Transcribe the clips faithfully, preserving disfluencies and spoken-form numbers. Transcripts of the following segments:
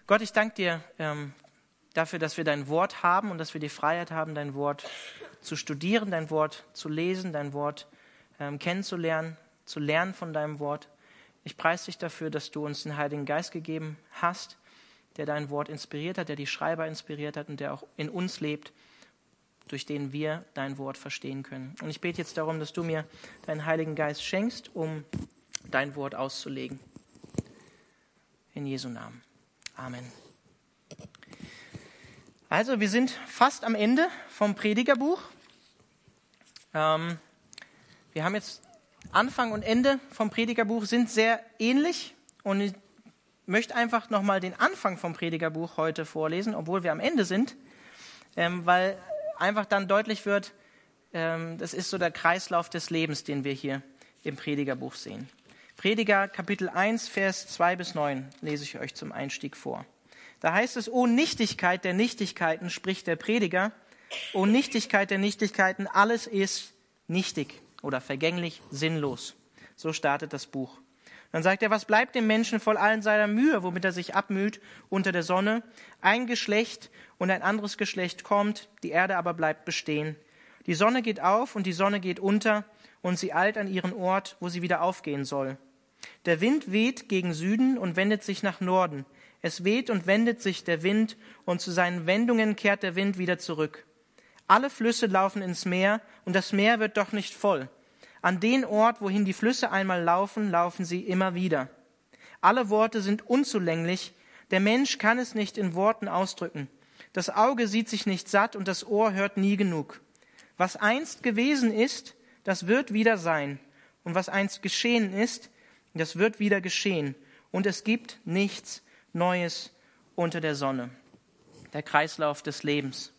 Gott, ich danke dir ähm, dafür, dass wir dein Wort haben und dass wir die Freiheit haben, dein Wort zu studieren, dein Wort zu lesen, dein Wort ähm, kennenzulernen, zu lernen von deinem Wort. Ich preise dich dafür, dass du uns den Heiligen Geist gegeben hast, der dein Wort inspiriert hat, der die Schreiber inspiriert hat und der auch in uns lebt, durch den wir dein Wort verstehen können. Und ich bete jetzt darum, dass du mir deinen Heiligen Geist schenkst, um dein Wort auszulegen. In Jesu Namen. Amen. Also, wir sind fast am Ende vom Predigerbuch. Ähm, wir haben jetzt Anfang und Ende vom Predigerbuch sind sehr ähnlich und ich möchte einfach nochmal den Anfang vom Predigerbuch heute vorlesen, obwohl wir am Ende sind, ähm, weil einfach dann deutlich wird, ähm, das ist so der Kreislauf des Lebens, den wir hier im Predigerbuch sehen. Prediger Kapitel eins, Vers zwei bis neun lese ich euch zum Einstieg vor. Da heißt es, O Nichtigkeit der Nichtigkeiten, spricht der Prediger, O Nichtigkeit der Nichtigkeiten, alles ist nichtig oder vergänglich, sinnlos. So startet das Buch. Dann sagt er, was bleibt dem Menschen voll allen seiner Mühe, womit er sich abmüht unter der Sonne? Ein Geschlecht und ein anderes Geschlecht kommt, die Erde aber bleibt bestehen. Die Sonne geht auf und die Sonne geht unter und sie eilt an ihren Ort, wo sie wieder aufgehen soll. Der Wind weht gegen Süden und wendet sich nach Norden. Es weht und wendet sich der Wind und zu seinen Wendungen kehrt der Wind wieder zurück. Alle Flüsse laufen ins Meer und das Meer wird doch nicht voll. An den Ort, wohin die Flüsse einmal laufen, laufen sie immer wieder. Alle Worte sind unzulänglich. Der Mensch kann es nicht in Worten ausdrücken. Das Auge sieht sich nicht satt und das Ohr hört nie genug. Was einst gewesen ist, das wird wieder sein. Und was einst geschehen ist, das wird wieder geschehen. Und es gibt nichts Neues unter der Sonne. Der Kreislauf des Lebens.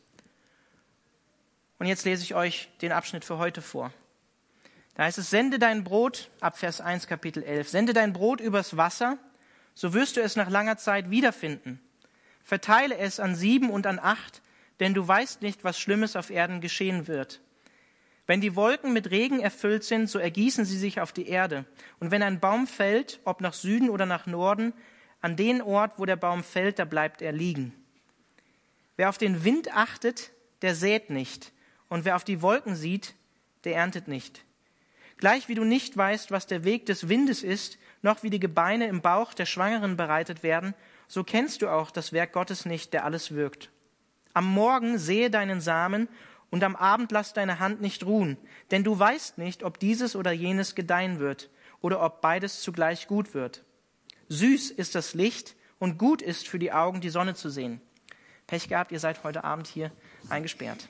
Und jetzt lese ich euch den Abschnitt für heute vor. Da heißt es, sende dein Brot, ab Vers eins, Kapitel elf, sende dein Brot übers Wasser, so wirst du es nach langer Zeit wiederfinden. Verteile es an sieben und an acht, denn du weißt nicht, was Schlimmes auf Erden geschehen wird. Wenn die Wolken mit Regen erfüllt sind, so ergießen sie sich auf die Erde. Und wenn ein Baum fällt, ob nach Süden oder nach Norden, an den Ort, wo der Baum fällt, da bleibt er liegen. Wer auf den Wind achtet, der sät nicht. Und wer auf die Wolken sieht, der erntet nicht. Gleich wie du nicht weißt, was der Weg des Windes ist, noch wie die Gebeine im Bauch der Schwangeren bereitet werden, so kennst du auch das Werk Gottes nicht, der alles wirkt. Am Morgen sehe deinen Samen und am Abend lass deine Hand nicht ruhen, denn du weißt nicht, ob dieses oder jenes gedeihen wird oder ob beides zugleich gut wird. Süß ist das Licht und gut ist für die Augen, die Sonne zu sehen. Pech gehabt, ihr seid heute Abend hier eingesperrt.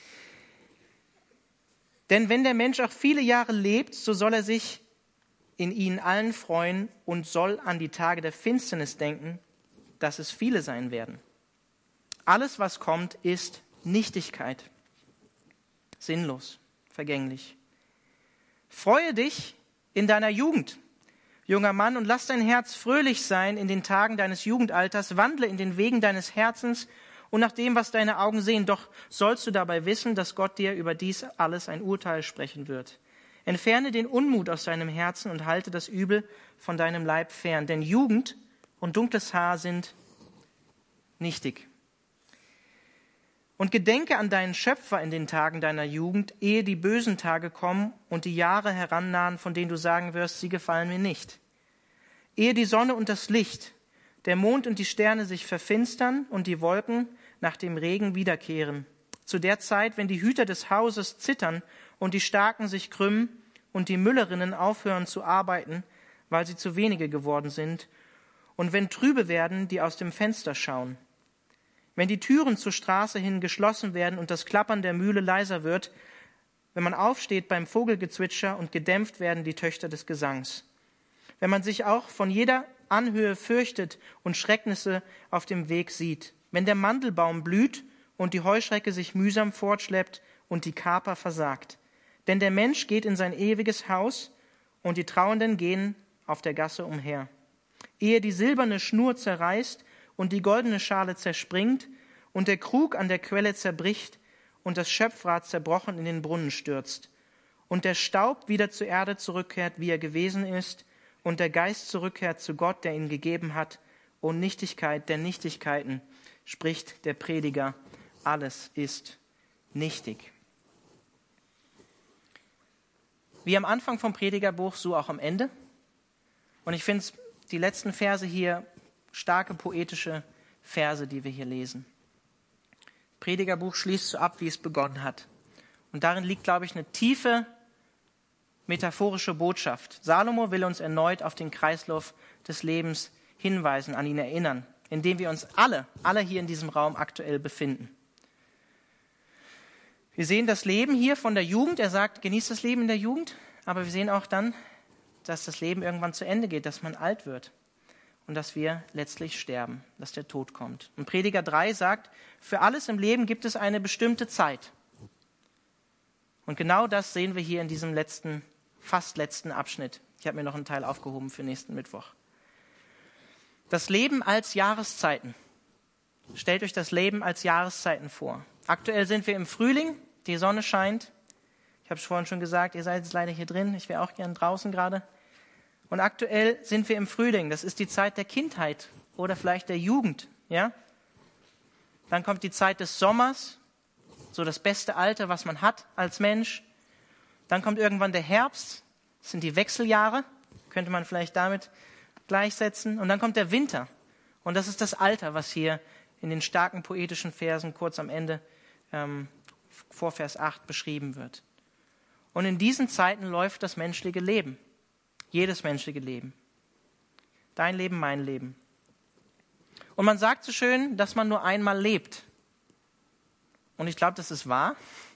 Denn wenn der Mensch auch viele Jahre lebt, so soll er sich in ihnen allen freuen und soll an die Tage der Finsternis denken, dass es viele sein werden. Alles, was kommt, ist Nichtigkeit. Sinnlos, vergänglich. Freue dich in deiner Jugend, junger Mann, und lass dein Herz fröhlich sein in den Tagen deines Jugendalters. Wandle in den Wegen deines Herzens und nach dem, was deine Augen sehen. Doch sollst du dabei wissen, dass Gott dir über dies alles ein Urteil sprechen wird. Entferne den Unmut aus deinem Herzen und halte das Übel von deinem Leib fern. Denn Jugend und dunkles Haar sind nichtig. Und gedenke an deinen Schöpfer in den Tagen deiner Jugend, ehe die bösen Tage kommen und die Jahre herannahen, von denen du sagen wirst, sie gefallen mir nicht. Ehe die Sonne und das Licht, der Mond und die Sterne sich verfinstern und die Wolken nach dem Regen wiederkehren. Zu der Zeit, wenn die Hüter des Hauses zittern und die Starken sich krümmen und die Müllerinnen aufhören zu arbeiten, weil sie zu wenige geworden sind, und wenn trübe werden, die aus dem Fenster schauen. Wenn die Türen zur Straße hin geschlossen werden und das Klappern der Mühle leiser wird, wenn man aufsteht beim Vogelgezwitscher und gedämpft werden die Töchter des Gesangs. Wenn man sich auch von jeder Anhöhe fürchtet und Schrecknisse auf dem Weg sieht. Wenn der Mandelbaum blüht und die Heuschrecke sich mühsam fortschleppt und die Kaper versagt. Denn der Mensch geht in sein ewiges Haus und die Trauernden gehen auf der Gasse umher. Ehe die silberne Schnur zerreißt und die goldene Schale zerspringt und der Krug an der Quelle zerbricht und das Schöpfrad zerbrochen in den Brunnen stürzt und der Staub wieder zur Erde zurückkehrt, wie er gewesen ist, und der Geist zurückkehrt zu Gott, der ihn gegeben hat, O Nichtigkeit der Nichtigkeiten, spricht der Prediger, alles ist nichtig. Wie am Anfang vom Predigerbuch, so auch am Ende. Und ich finde die letzten Verse hier starke poetische Verse, die wir hier lesen. Das Predigerbuch schließt so ab, wie es begonnen hat. Und darin liegt, glaube ich, eine tiefe metaphorische Botschaft. Salomo will uns erneut auf den Kreislauf des Lebens hinweisen, an ihn erinnern, in dem wir uns alle, alle hier in diesem Raum aktuell befinden. Wir sehen das Leben hier von der Jugend. Er sagt, genießt das Leben in der Jugend. Aber wir sehen auch dann, dass das Leben irgendwann zu Ende geht, dass man alt wird und dass wir letztlich sterben, dass der Tod kommt. Und Prediger drei sagt, für alles im Leben gibt es eine bestimmte Zeit. Und genau das sehen wir hier in diesem letzten, fast letzten Abschnitt. Ich habe mir noch einen Teil aufgehoben für nächsten Mittwoch. Das Leben als Jahreszeiten. Stellt euch das Leben als Jahreszeiten vor. Aktuell sind wir im Frühling, die Sonne scheint. Ich habe es vorhin schon gesagt, ihr seid jetzt leider hier drin, ich wäre auch gern draußen gerade. Und aktuell sind wir im Frühling, das ist die Zeit der Kindheit oder vielleicht der Jugend. Ja? Dann kommt die Zeit des Sommers, so das beste Alter, was man hat als Mensch. Dann kommt irgendwann der Herbst, das sind die Wechseljahre, könnte man vielleicht damit gleichsetzen. Und dann kommt der Winter und das ist das Alter, was hier in den starken poetischen Versen kurz am Ende ähm, vor Vers acht beschrieben wird. Und in diesen Zeiten läuft das menschliche Leben. Jedes menschliche Leben. Dein Leben, mein Leben. Und man sagt so schön, dass man nur einmal lebt. Und ich glaube, das ist wahr.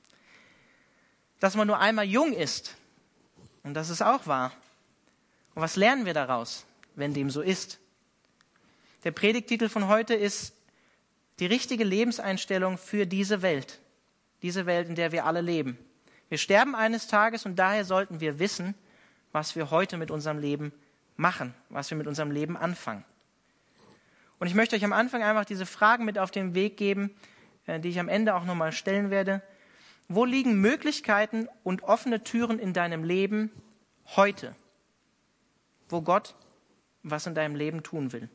Dass man nur einmal jung ist. Und das ist auch wahr. Und was lernen wir daraus, wenn dem so ist? Der Predigttitel von heute ist die richtige Lebenseinstellung für diese Welt. Diese Welt, in der wir alle leben. Wir sterben eines Tages und daher sollten wir wissen, was wir heute mit unserem Leben machen, was wir mit unserem Leben anfangen. Und ich möchte euch am Anfang einfach diese Fragen mit auf den Weg geben, die ich am Ende auch nochmal stellen werde. Wo liegen Möglichkeiten und offene Türen in deinem Leben heute, wo Gott was in deinem Leben tun will?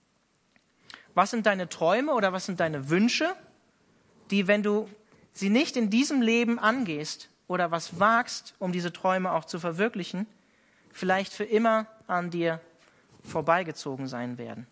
Was sind deine Träume oder was sind deine Wünsche, die, wenn du sie nicht in diesem Leben angehst oder was wagst, um diese Träume auch zu verwirklichen, vielleicht für immer an dir vorbeigezogen sein werden?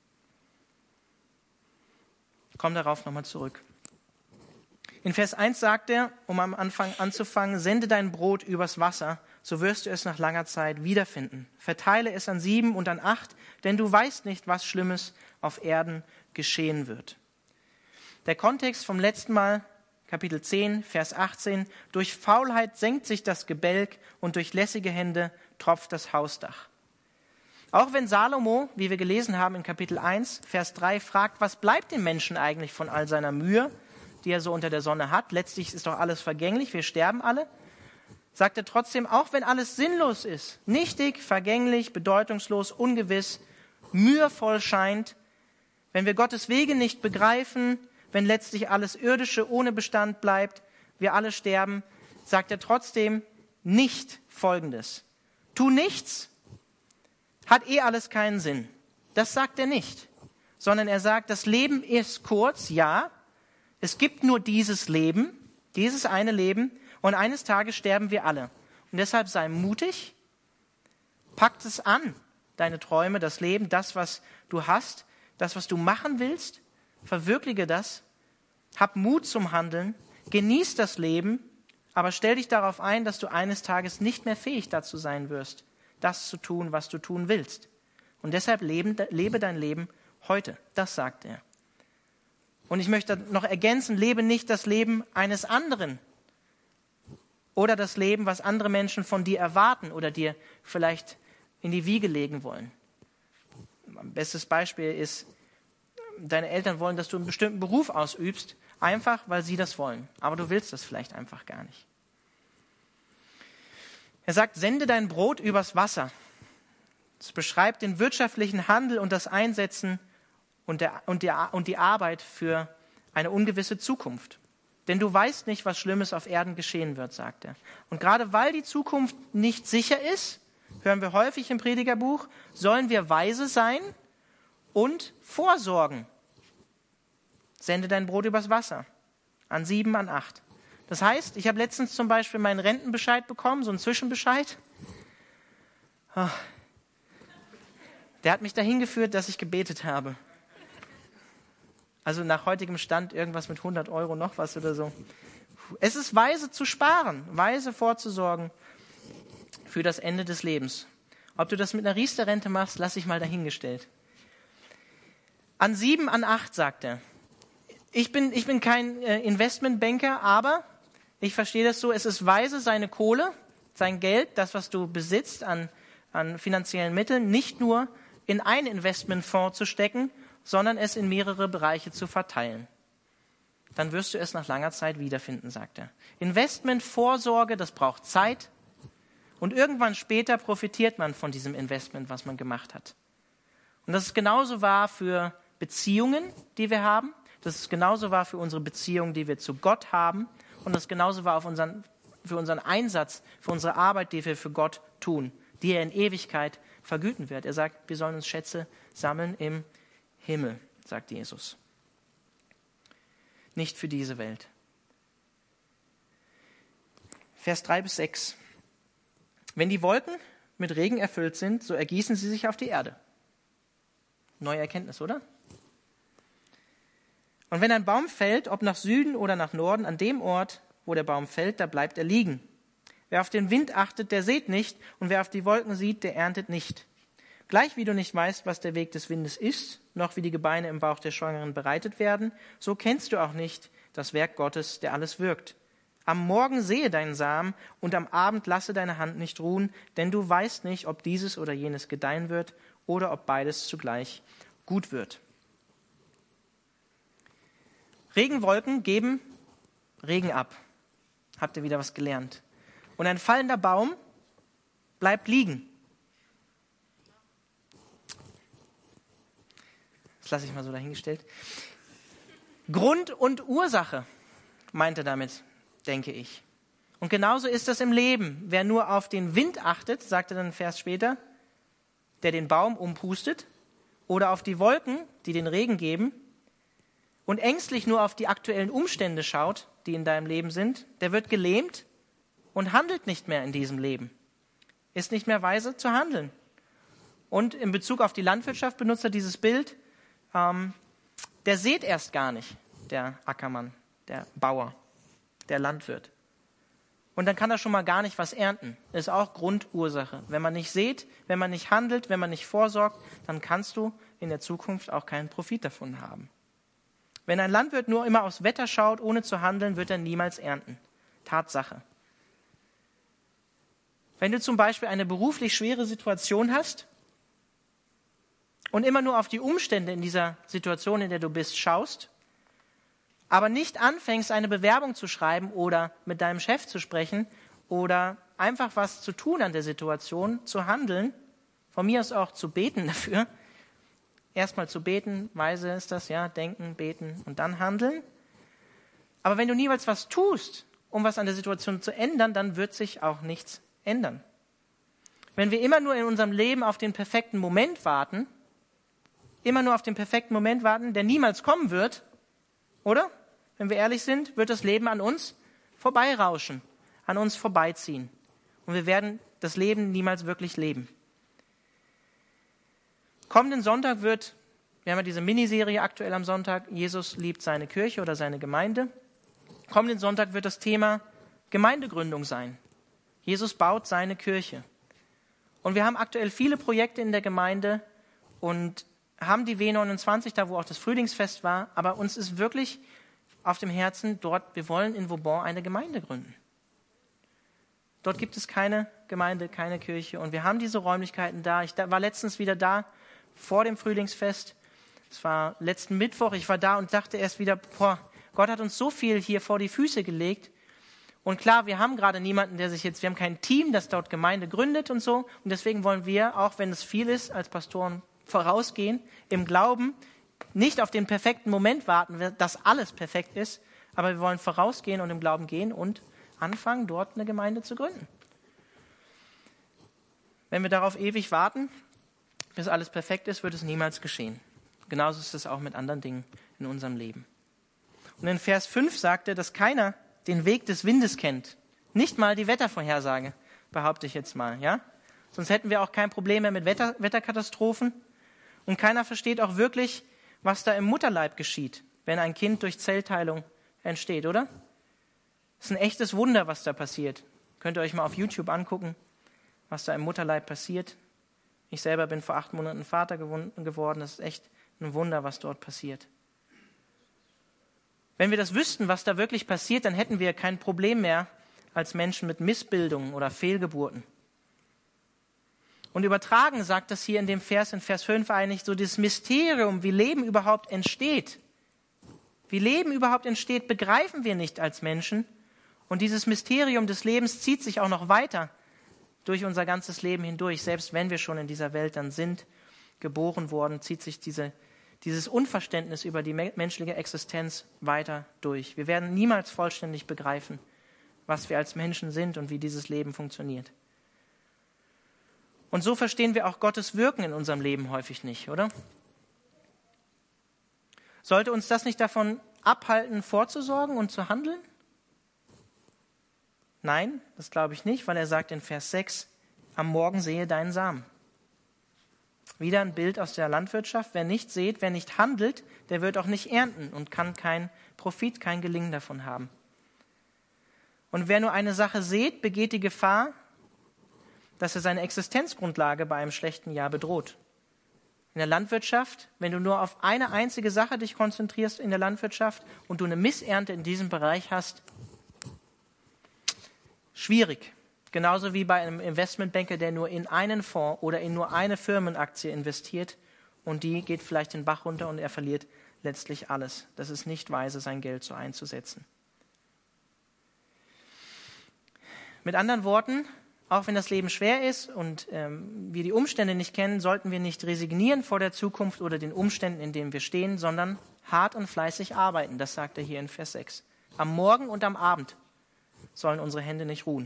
Ich komme darauf nochmal zurück. In Vers eins sagt er, um am Anfang anzufangen, sende dein Brot übers Wasser, so wirst du es nach langer Zeit wiederfinden. Verteile es an sieben und an acht, denn du weißt nicht, was Schlimmes auf Erden geschehen wird. Der Kontext vom letzten Mal, Kapitel zehn, Vers achtzehn, durch Faulheit senkt sich das Gebälk und durch lässige Hände tropft das Hausdach. Auch wenn Salomo, wie wir gelesen haben in Kapitel eins, Vers drei, fragt, was bleibt dem Menschen eigentlich von all seiner Mühe, die er so unter der Sonne hat? Letztlich ist doch alles vergänglich, wir sterben alle. Sagt er trotzdem, auch wenn alles sinnlos ist, nichtig, vergänglich, bedeutungslos, ungewiss, mühevoll scheint, wenn wir Gottes Wege nicht begreifen, wenn letztlich alles Irdische ohne Bestand bleibt, wir alle sterben, sagt er trotzdem nicht Folgendes. Tu nichts, hat eh alles keinen Sinn. Das sagt er nicht, sondern er sagt, das Leben ist kurz, ja, es gibt nur dieses Leben, dieses eine Leben, und eines Tages sterben wir alle. Und deshalb sei mutig, pack es an, deine Träume, das Leben, das, was du hast, das, was du machen willst, verwirkliche das, hab Mut zum Handeln, genieß das Leben, aber stell dich darauf ein, dass du eines Tages nicht mehr fähig dazu sein wirst, das zu tun, was du tun willst. Und deshalb leben, lebe dein Leben heute. Das sagt er. Und ich möchte noch ergänzen, lebe nicht das Leben eines anderen oder das Leben, was andere Menschen von dir erwarten oder dir vielleicht in die Wiege legen wollen. Ein bestes Beispiel ist, deine Eltern wollen, dass du einen bestimmten Beruf ausübst, einfach weil sie das wollen. Aber du willst das vielleicht einfach gar nicht. Er sagt, sende dein Brot übers Wasser. Das beschreibt den wirtschaftlichen Handel und das Einsetzen und, der, und, der, und die Arbeit für eine ungewisse Zukunft. Denn du weißt nicht, was Schlimmes auf Erden geschehen wird, sagt er. Und gerade weil die Zukunft nicht sicher ist, hören wir häufig im Predigerbuch, sollen wir weise sein und vorsorgen. Sende dein Brot übers Wasser. An sieben, an acht. Das heißt, ich habe letztens zum Beispiel meinen Rentenbescheid bekommen, so einen Zwischenbescheid. Der hat mich dahin geführt, dass ich gebetet habe. Also nach heutigem Stand irgendwas mit hundert Euro noch was oder so. Es ist weise zu sparen, weise vorzusorgen für das Ende des Lebens. Ob du das mit einer Riester-Rente machst, lass ich mal dahingestellt. An sieben, an acht, sagt er. Ich bin, ich bin kein äh, Investmentbanker, aber ich verstehe das so, es ist weise, seine Kohle, sein Geld, das, was du besitzt an, an finanziellen Mitteln, nicht nur in einen Investmentfonds zu stecken, sondern es in mehrere Bereiche zu verteilen. Dann wirst du es nach langer Zeit wiederfinden, sagt er. Investmentvorsorge, das braucht Zeit. Und irgendwann später profitiert man von diesem Investment, was man gemacht hat. Und das ist genauso wahr für Beziehungen, die wir haben. Das ist genauso wahr für unsere Beziehungen, die wir zu Gott haben. Und das ist genauso wahr auf unseren, für unseren Einsatz, für unsere Arbeit, die wir für Gott tun, die er in Ewigkeit vergüten wird. Er sagt, wir sollen uns Schätze sammeln im Himmel, sagt Jesus. Nicht für diese Welt. Vers drei bis sechs. Wenn die Wolken mit Regen erfüllt sind, so ergießen sie sich auf die Erde. Neue Erkenntnis, oder? Und wenn ein Baum fällt, ob nach Süden oder nach Norden, an dem Ort, wo der Baum fällt, da bleibt er liegen. Wer auf den Wind achtet, der sät nicht, und wer auf die Wolken sieht, der erntet nicht. Gleich wie du nicht weißt, was der Weg des Windes ist, noch wie die Gebeine im Bauch der Schwangeren bereitet werden, so kennst du auch nicht das Werk Gottes, der alles wirkt. Am Morgen sehe deinen Samen und am Abend lasse deine Hand nicht ruhen, denn du weißt nicht, ob dieses oder jenes gedeihen wird oder ob beides zugleich gut wird. Regenwolken geben Regen ab. Habt ihr wieder was gelernt? Und ein fallender Baum bleibt liegen. Das lasse ich mal so dahingestellt. Grund und Ursache, meint er damit, denke ich. Und genauso ist das im Leben. Wer nur auf den Wind achtet, sagt er dann einen Vers später, der den Baum umpustet, oder auf die Wolken, die den Regen geben, und ängstlich nur auf die aktuellen Umstände schaut, die in deinem Leben sind, der wird gelähmt und handelt nicht mehr in diesem Leben. Ist nicht mehr weise zu handeln. Und in Bezug auf die Landwirtschaft benutzt er dieses Bild, ähm, der sät erst gar nicht, der Ackermann, der Bauer, der Landwirt. Und dann kann er schon mal gar nicht was ernten. Das ist auch Grundursache. Wenn man nicht sät, wenn man nicht handelt, wenn man nicht vorsorgt, dann kannst du in der Zukunft auch keinen Profit davon haben. Wenn ein Landwirt nur immer aufs Wetter schaut, ohne zu handeln, wird er niemals ernten. Tatsache. Wenn du zum Beispiel eine beruflich schwere Situation hast und immer nur auf die Umstände in dieser Situation, in der du bist, schaust, aber nicht anfängst, eine Bewerbung zu schreiben oder mit deinem Chef zu sprechen oder einfach was zu tun an der Situation, zu handeln, von mir aus auch zu beten dafür, erstmal zu beten, weise ist das, ja, denken, beten und dann handeln. Aber wenn du niemals was tust, um was an der Situation zu ändern, dann wird sich auch nichts ändern. Wenn wir immer nur in unserem Leben auf den perfekten Moment warten, immer nur auf den perfekten Moment warten, der niemals kommen wird, oder? Wenn wir ehrlich sind, wird das Leben an uns vorbeirauschen, an uns vorbeiziehen. Und wir werden das Leben niemals wirklich leben. Kommenden Sonntag wird, wir haben ja diese Miniserie aktuell am Sonntag, Jesus liebt seine Kirche oder seine Gemeinde. Kommenden Sonntag wird das Thema Gemeindegründung sein. Jesus baut seine Kirche. Und wir haben aktuell viele Projekte in der Gemeinde und haben die W neunundzwanzig, da wo auch das Frühlingsfest war, aber uns ist wirklich auf dem Herzen dort, wir wollen in Vauban eine Gemeinde gründen. Dort gibt es keine Gemeinde, keine Kirche und wir haben diese Räumlichkeiten da. Ich war letztens wieder da, vor dem Frühlingsfest. Es war letzten Mittwoch, ich war da und dachte erst wieder, boah, Gott hat uns so viel hier vor die Füße gelegt. Und klar, wir haben gerade niemanden, der sich jetzt, wir haben kein Team, das dort Gemeinde gründet und so. Und deswegen wollen wir, auch wenn es viel ist, als Pastoren vorausgehen, im Glauben, nicht auf den perfekten Moment warten, dass alles perfekt ist, aber wir wollen vorausgehen und im Glauben gehen und anfangen, dort eine Gemeinde zu gründen. Wenn wir darauf ewig warten, bis alles perfekt ist, wird es niemals geschehen. Genauso ist es auch mit anderen Dingen in unserem Leben. Und in Vers fünf sagt er, dass keiner den Weg des Windes kennt. Nicht mal die Wettervorhersage, behaupte ich jetzt mal. Ja? Sonst hätten wir auch kein Problem mehr mit Wetter, Wetterkatastrophen. Und keiner versteht auch wirklich, was da im Mutterleib geschieht, wenn ein Kind durch Zellteilung entsteht, oder? Es ist ein echtes Wunder, was da passiert. Könnt ihr euch mal auf YouTube angucken, was da im Mutterleib passiert. Ich selber bin vor acht Monaten Vater geworden. Das ist echt ein Wunder, was dort passiert. Wenn wir das wüssten, was da wirklich passiert, dann hätten wir kein Problem mehr als Menschen mit Missbildungen oder Fehlgeburten. Und übertragen sagt das hier in dem Vers, in Vers fünf eigentlich so das Mysterium, wie Leben überhaupt entsteht. Wie Leben überhaupt entsteht, begreifen wir nicht als Menschen. Und dieses Mysterium des Lebens zieht sich auch noch weiter durch unser ganzes Leben hindurch. Selbst wenn wir schon in dieser Welt dann sind, geboren worden, zieht sich diese, dieses Unverständnis über die menschliche Existenz weiter durch. Wir werden niemals vollständig begreifen, was wir als Menschen sind und wie dieses Leben funktioniert. Und so verstehen wir auch Gottes Wirken in unserem Leben häufig nicht, oder? Sollte uns das nicht davon abhalten, vorzusorgen und zu handeln? Nein, das glaube ich nicht, weil er sagt in Vers sechs, am Morgen sehe deinen Samen. Wieder ein Bild aus der Landwirtschaft. Wer nicht sät, wer nicht handelt, der wird auch nicht ernten und kann keinen Profit, kein Gelingen davon haben. Und wer nur eine Sache sät, begeht die Gefahr, dass er seine Existenzgrundlage bei einem schlechten Jahr bedroht. In der Landwirtschaft, wenn du nur auf eine einzige Sache dich konzentrierst in der Landwirtschaft und du eine Missernte in diesem Bereich hast, schwierig. Genauso wie bei einem Investmentbanker, der nur in einen Fonds oder in nur eine Firmenaktie investiert und die geht vielleicht den Bach runter und er verliert letztlich alles. Das ist nicht weise, sein Geld so einzusetzen. Mit anderen Worten, auch wenn das Leben schwer ist und ähm, wir die Umstände nicht kennen, sollten wir nicht resignieren vor der Zukunft oder den Umständen, in denen wir stehen, sondern hart und fleißig arbeiten. Das sagt er hier in Vers sechs. Am Morgen und am Abend sollen unsere Hände nicht ruhen.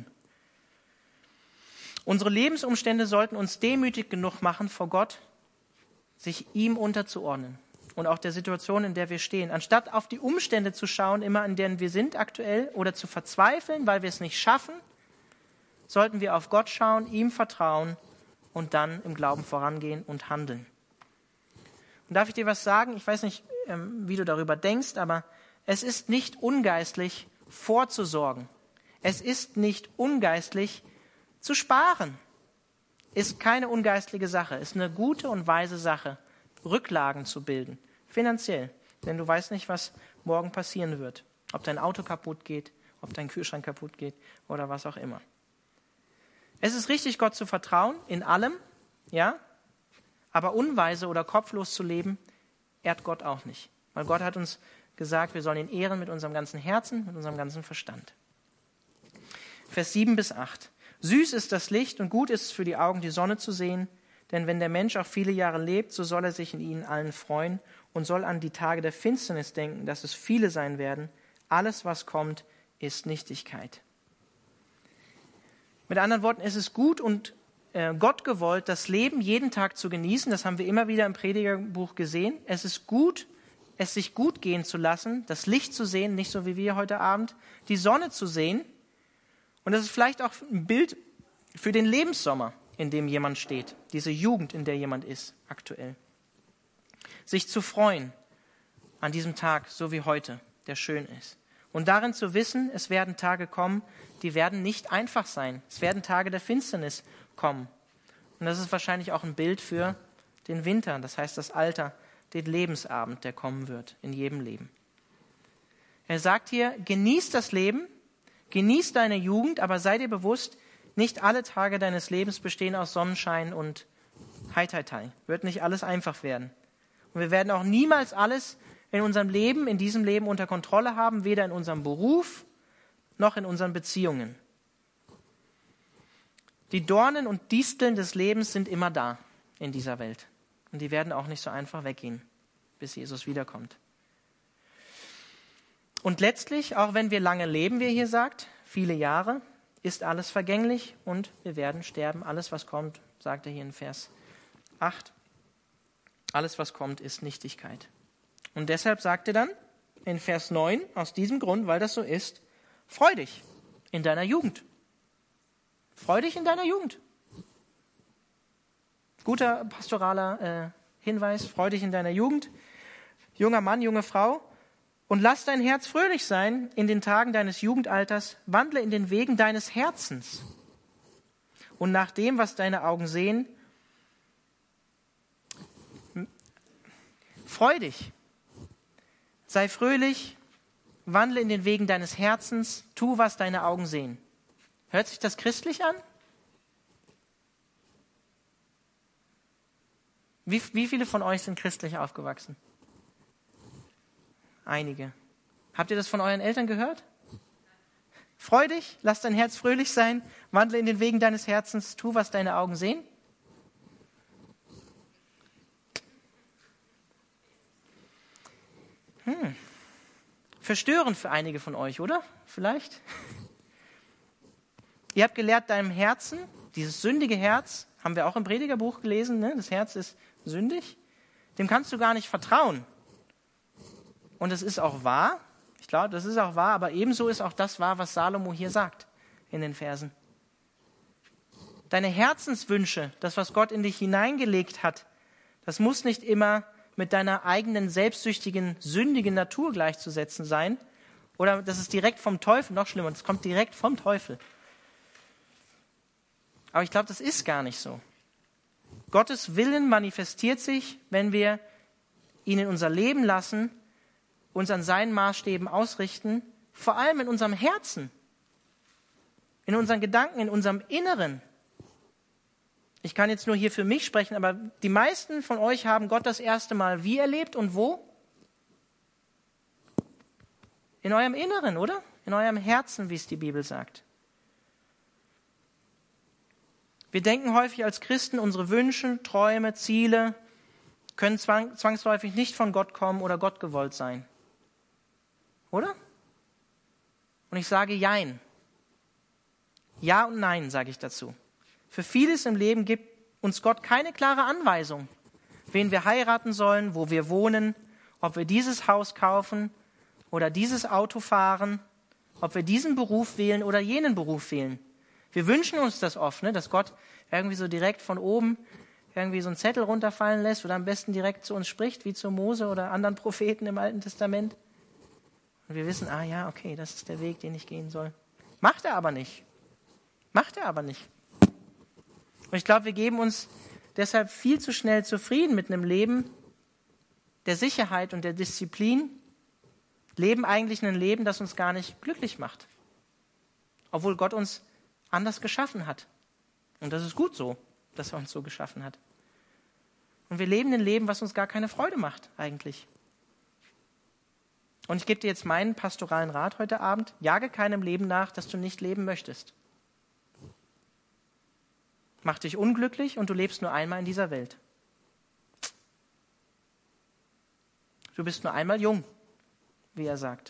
Unsere Lebensumstände sollten uns demütig genug machen vor Gott, sich ihm unterzuordnen und auch der Situation, in der wir stehen. Anstatt auf die Umstände zu schauen, immer in denen wir sind aktuell, oder zu verzweifeln, weil wir es nicht schaffen, sollten wir auf Gott schauen, ihm vertrauen und dann im Glauben vorangehen und handeln. Und darf ich dir was sagen? Ich weiß nicht, wie du darüber denkst, aber es ist nicht ungeistlich, vorzusorgen. Es ist nicht ungeistlich, zu sparen. Ist keine ungeistliche Sache. Ist eine gute und weise Sache, Rücklagen zu bilden, finanziell. Denn du weißt nicht, was morgen passieren wird. Ob dein Auto kaputt geht, ob dein Kühlschrank kaputt geht oder was auch immer. Es ist richtig, Gott zu vertrauen in allem, ja, aber unweise oder kopflos zu leben, ehrt Gott auch nicht. Weil Gott hat uns gesagt, wir sollen ihn ehren mit unserem ganzen Herzen, mit unserem ganzen Verstand. Vers sieben bis acht. Süß ist das Licht und gut ist es für die Augen, die Sonne zu sehen, denn wenn der Mensch auch viele Jahre lebt, so soll er sich in ihnen allen freuen und soll an die Tage der Finsternis denken, dass es viele sein werden. Alles, was kommt, ist Nichtigkeit. Mit anderen Worten, es ist gut und äh, Gott gewollt, das Leben jeden Tag zu genießen. Das haben wir immer wieder im Predigerbuch gesehen. Es ist gut, es sich gut gehen zu lassen, das Licht zu sehen, nicht so wie wir heute Abend, die Sonne zu sehen. Und das ist vielleicht auch ein Bild für den Lebenssommer, in dem jemand steht, diese Jugend, in der jemand ist, aktuell. Sich zu freuen an diesem Tag, so wie heute, der schön ist. Und darin zu wissen, es werden Tage kommen, die werden nicht einfach sein. Es werden Tage der Finsternis kommen. Und das ist wahrscheinlich auch ein Bild für den Winter, das heißt das Alter, den Lebensabend, der kommen wird in jedem Leben. Er sagt hier, genieß das Leben, genieß deine Jugend, aber sei dir bewusst, nicht alle Tage deines Lebens bestehen aus Sonnenschein und Heitertei. Wird nicht alles einfach werden. Und wir werden auch niemals alles in unserem Leben, in diesem Leben unter Kontrolle haben, weder in unserem Beruf noch in unseren Beziehungen. Die Dornen und Disteln des Lebens sind immer da in dieser Welt. Und die werden auch nicht so einfach weggehen, bis Jesus wiederkommt. Und letztlich, auch wenn wir lange leben, wie er hier sagt, viele Jahre, ist alles vergänglich und wir werden sterben. Alles, was kommt, sagt er hier in Vers acht. Alles, was kommt, ist Nichtigkeit. Und deshalb sagt er dann in Vers neun, aus diesem Grund, weil das so ist, freu dich in deiner Jugend. Freu dich in deiner Jugend. Guter pastoraler äh, Hinweis, freu dich in deiner Jugend. Junger Mann, junge Frau. Und lass dein Herz fröhlich sein in den Tagen deines Jugendalters. Wandle in den Wegen deines Herzens. Und nach dem, was deine Augen sehen, freu dich. Sei fröhlich, wandle in den Wegen deines Herzens, tu, was deine Augen sehen. Hört sich das christlich an? Wie, wie viele von euch sind christlich aufgewachsen? Einige. Habt ihr das von euren Eltern gehört? Freu dich, lass dein Herz fröhlich sein, wandle in den Wegen deines Herzens, tu, was deine Augen sehen. Hm. Verstörend für einige von euch, oder? Vielleicht? Ihr habt gelehrt, deinem Herzen, dieses sündige Herz, haben wir auch im Predigerbuch gelesen, ne? Das Herz ist sündig, dem kannst du gar nicht vertrauen. Und es ist auch wahr, ich glaube, das ist auch wahr, aber ebenso ist auch das wahr, was Salomo hier sagt in den Versen. Deine Herzenswünsche, das, was Gott in dich hineingelegt hat, das muss nicht immer mit deiner eigenen selbstsüchtigen, sündigen Natur gleichzusetzen sein. Oder das ist direkt vom Teufel, noch schlimmer, das kommt direkt vom Teufel. Aber ich glaube, das ist gar nicht so. Gottes Willen manifestiert sich, wenn wir ihn in unser Leben lassen, uns an seinen Maßstäben ausrichten, vor allem in unserem Herzen, in unseren Gedanken, in unserem Inneren. Ich kann jetzt nur hier für mich sprechen, aber die meisten von euch haben Gott das erste Mal wie erlebt und wo? In eurem Inneren, oder? In eurem Herzen, wie es die Bibel sagt. Wir denken häufig als Christen, unsere Wünsche, Träume, Ziele können zwang, zwangsläufig nicht von Gott kommen oder Gott gewollt sein. Oder? Und ich sage Jein. Ja und Nein, sage ich dazu. Für vieles im Leben gibt uns Gott keine klare Anweisung, wen wir heiraten sollen, wo wir wohnen, ob wir dieses Haus kaufen oder dieses Auto fahren, ob wir diesen Beruf wählen oder jenen Beruf wählen. Wir wünschen uns das oft, ne, dass Gott irgendwie so direkt von oben irgendwie so einen Zettel runterfallen lässt oder am besten direkt zu uns spricht, wie zu Mose oder anderen Propheten im Alten Testament. Und wir wissen, ah ja, okay, das ist der Weg, den ich gehen soll. Macht er aber nicht. Macht er aber nicht. Und ich glaube, wir geben uns deshalb viel zu schnell zufrieden mit einem Leben der Sicherheit und der Disziplin, leben eigentlich ein Leben, das uns gar nicht glücklich macht. Obwohl Gott uns anders geschaffen hat. Und das ist gut so, dass er uns so geschaffen hat. Und wir leben ein Leben, was uns gar keine Freude macht, eigentlich. Und ich gebe dir jetzt meinen pastoralen Rat heute Abend. Jage keinem Leben nach, das du nicht leben möchtest. Mach dich unglücklich und du lebst nur einmal in dieser Welt. Du bist nur einmal jung, wie er sagt.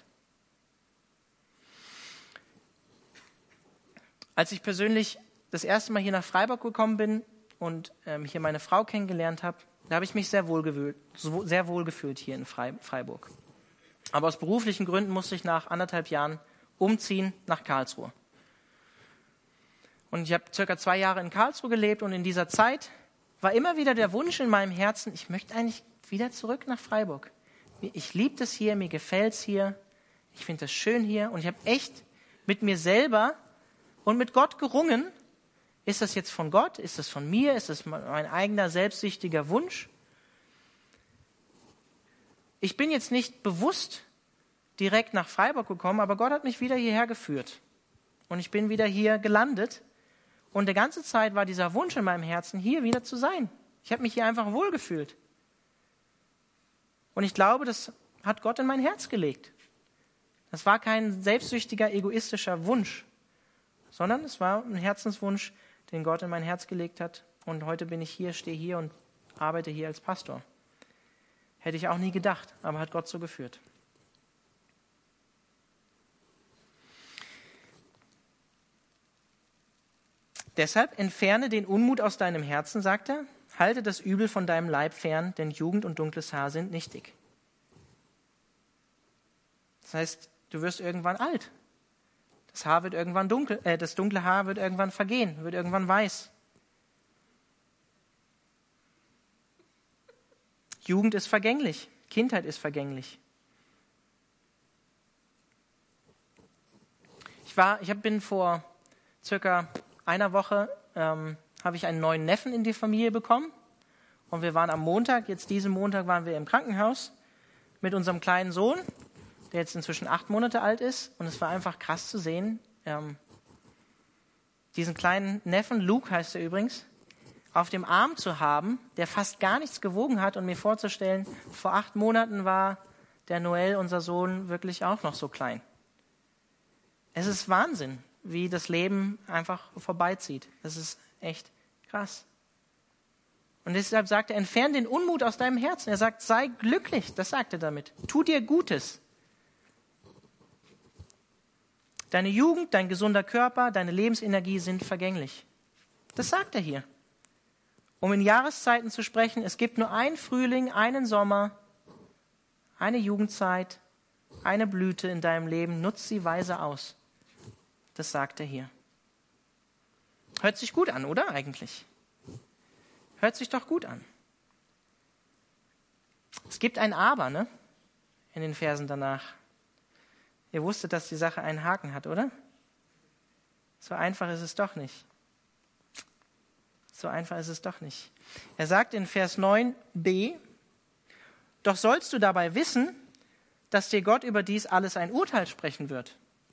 Als ich persönlich das erste Mal hier nach Freiburg gekommen bin und ähm, hier meine Frau kennengelernt habe, da habe ich mich sehr wohl gewöhnt, sehr wohl gefühlt hier in Freiburg. Aber aus beruflichen Gründen musste ich nach anderthalb Jahren umziehen nach Karlsruhe. Und ich habe circa zwei Jahre in Karlsruhe gelebt und in dieser Zeit war immer wieder der Wunsch in meinem Herzen, ich möchte eigentlich wieder zurück nach Freiburg. Ich liebe das hier, mir gefällt es hier, ich finde das schön hier und ich habe echt mit mir selber und mit Gott gerungen, ist das jetzt von Gott, ist das von mir, ist das mein eigener selbstsüchtiger Wunsch? Ich bin jetzt nicht bewusst direkt nach Freiburg gekommen, aber Gott hat mich wieder hierher geführt und ich bin wieder hier gelandet. Und die ganze Zeit war dieser Wunsch in meinem Herzen, hier wieder zu sein. Ich habe mich hier einfach wohlgefühlt. Und ich glaube, das hat Gott in mein Herz gelegt. Das war kein selbstsüchtiger, egoistischer Wunsch, sondern es war ein Herzenswunsch, den Gott in mein Herz gelegt hat. Und heute bin ich hier, stehe hier und arbeite hier als Pastor. Hätte ich auch nie gedacht, aber hat Gott so geführt. Deshalb entferne den Unmut aus deinem Herzen, sagt er. Halte das Übel von deinem Leib fern, denn Jugend und dunkles Haar sind nichtig. Das heißt, du wirst irgendwann alt. Das Haar wird irgendwann dunkel, äh, das dunkle Haar wird irgendwann vergehen, wird irgendwann weiß. Jugend ist vergänglich, Kindheit ist vergänglich. Ich war, ich bin vor circa einer Woche ähm, habe ich einen neuen Neffen in die Familie bekommen und wir waren am Montag, jetzt diesen Montag waren wir im Krankenhaus mit unserem kleinen Sohn, der jetzt inzwischen acht Monate alt ist, und es war einfach krass zu sehen, ähm, diesen kleinen Neffen, Luke heißt er übrigens, auf dem Arm zu haben, der fast gar nichts gewogen hat, und mir vorzustellen, vor acht Monaten war der Noel, unser Sohn, wirklich auch noch so klein. Es ist Wahnsinn, wie das Leben einfach vorbeizieht. Das ist echt krass. Und deshalb sagt er, entferne den Unmut aus deinem Herzen. Er sagt, sei glücklich, das sagt er damit. Tu dir Gutes. Deine Jugend, dein gesunder Körper, deine Lebensenergie sind vergänglich. Das sagt er hier. Um in Jahreszeiten zu sprechen, es gibt nur einen Frühling, einen Sommer, eine Jugendzeit, eine Blüte in deinem Leben. Nutz sie weise aus. Das sagt er hier. Hört sich gut an, oder eigentlich? Hört sich doch gut an. Es gibt ein Aber, ne? In den Versen danach. Ihr wusstet, dass die Sache einen Haken hat, oder? So einfach ist es doch nicht. So einfach ist es doch nicht. Er sagt in Vers neun b, doch sollst du dabei wissen, dass dir Gott über dies alles ein Urteil sprechen wird.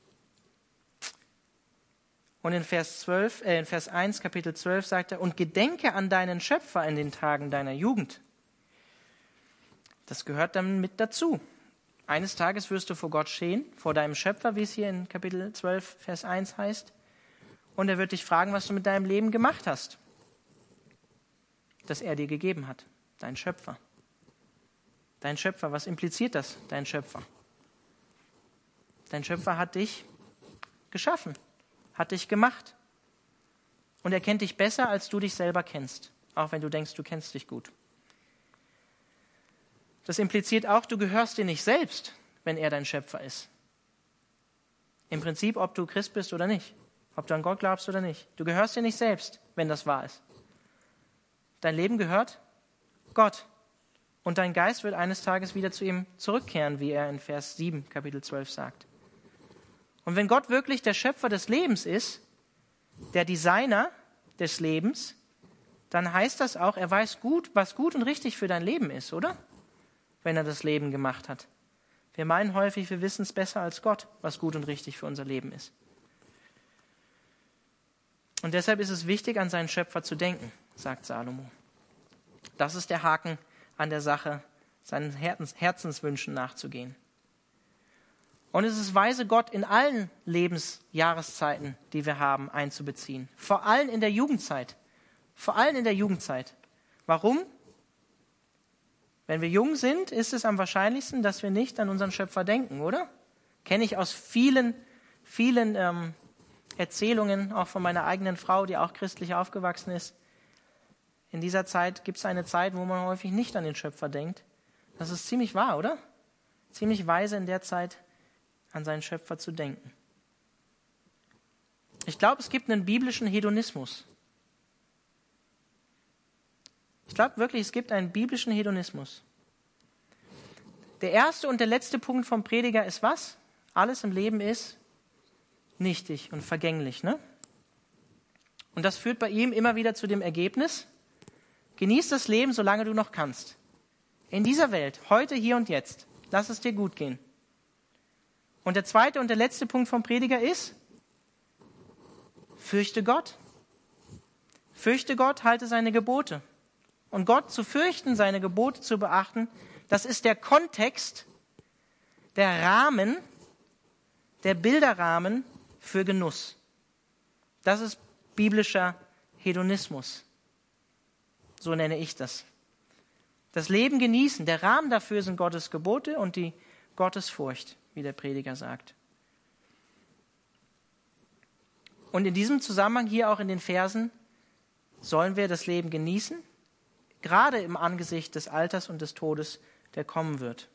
Und in Vers zwölf, äh, in Vers eins, Kapitel zwölf sagt er, und gedenke an deinen Schöpfer in den Tagen deiner Jugend. Das gehört dann mit dazu. Eines Tages wirst du vor Gott stehen, vor deinem Schöpfer, wie es hier in Kapitel zwölf, Vers eins heißt. Und er wird dich fragen, was du mit deinem Leben gemacht hast, das er dir gegeben hat. Dein Schöpfer. Dein Schöpfer, was impliziert das, dein Schöpfer? Dein Schöpfer hat dich geschaffen, hat dich gemacht. Und er kennt dich besser, als du dich selber kennst, auch wenn du denkst, du kennst dich gut. Das impliziert auch, du gehörst dir nicht selbst, wenn er dein Schöpfer ist. Im Prinzip, ob du Christ bist oder nicht, ob du an Gott glaubst oder nicht. Du gehörst dir nicht selbst, wenn das wahr ist. Dein Leben gehört Gott. Und dein Geist wird eines Tages wieder zu ihm zurückkehren, wie er in Vers sieben, Kapitel zwölf sagt. Und wenn Gott wirklich der Schöpfer des Lebens ist, der Designer des Lebens, dann heißt das auch, er weiß gut, was gut und richtig für dein Leben ist, oder? Wenn er das Leben gemacht hat. Wir meinen häufig, wir wissen es besser als Gott, was gut und richtig für unser Leben ist. Und deshalb ist es wichtig, an seinen Schöpfer zu denken, sagt Salomo. Das ist der Haken an der Sache, seinen Herzens- Herzenswünschen nachzugehen. Und es ist weise, Gott in allen Lebensjahreszeiten, die wir haben, einzubeziehen. Vor allem in der Jugendzeit. Vor allem in der Jugendzeit. Warum? Wenn wir jung sind, ist es am wahrscheinlichsten, dass wir nicht an unseren Schöpfer denken, oder? Kenne ich aus vielen, vielen ähm, Erzählungen, auch von meiner eigenen Frau, die auch christlich aufgewachsen ist. In dieser Zeit gibt es eine Zeit, wo man häufig nicht an den Schöpfer denkt. Das ist ziemlich wahr, oder? Ziemlich weise in der Zeit an seinen Schöpfer zu denken. Ich glaube, es gibt einen biblischen Hedonismus. Ich glaube wirklich, es gibt einen biblischen Hedonismus. Der erste und der letzte Punkt vom Prediger ist was? Alles im Leben ist nichtig und vergänglich, ne? Und das führt bei ihm immer wieder zu dem Ergebnis: Genieß das Leben, solange du noch kannst. In dieser Welt, heute, hier und jetzt. Lass es dir gut gehen. Und der zweite und der letzte Punkt vom Prediger ist: Fürchte Gott. Fürchte Gott, halte seine Gebote. Und Gott zu fürchten, seine Gebote zu beachten, das ist der Kontext, der Rahmen, der Bilderrahmen für Genuss. Das ist biblischer Hedonismus. So nenne ich das. Das Leben genießen, der Rahmen dafür sind Gottes Gebote und die Gottesfurcht, wie der Prediger sagt. Und in diesem Zusammenhang hier auch in den Versen sollen wir das Leben genießen gerade im Angesicht des Alters und des Todes, der kommen wird.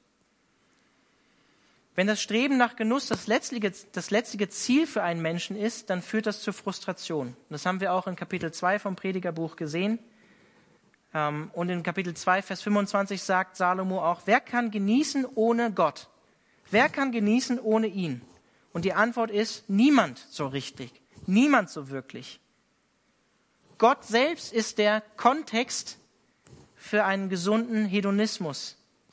Wenn das Streben nach Genuss das letztliche, das letztliche Ziel für einen Menschen ist, dann führt das zur Frustration. Das haben wir auch in Kapitel zwei vom Predigerbuch gesehen. Und in Kapitel zwei, Vers fünfundzwanzig sagt Salomo auch, wer kann genießen ohne Gott? Wer kann genießen ohne ihn? Und die Antwort ist, niemand so richtig, niemand so wirklich. Gott selbst ist der Kontext für einen gesunden Hedonismus.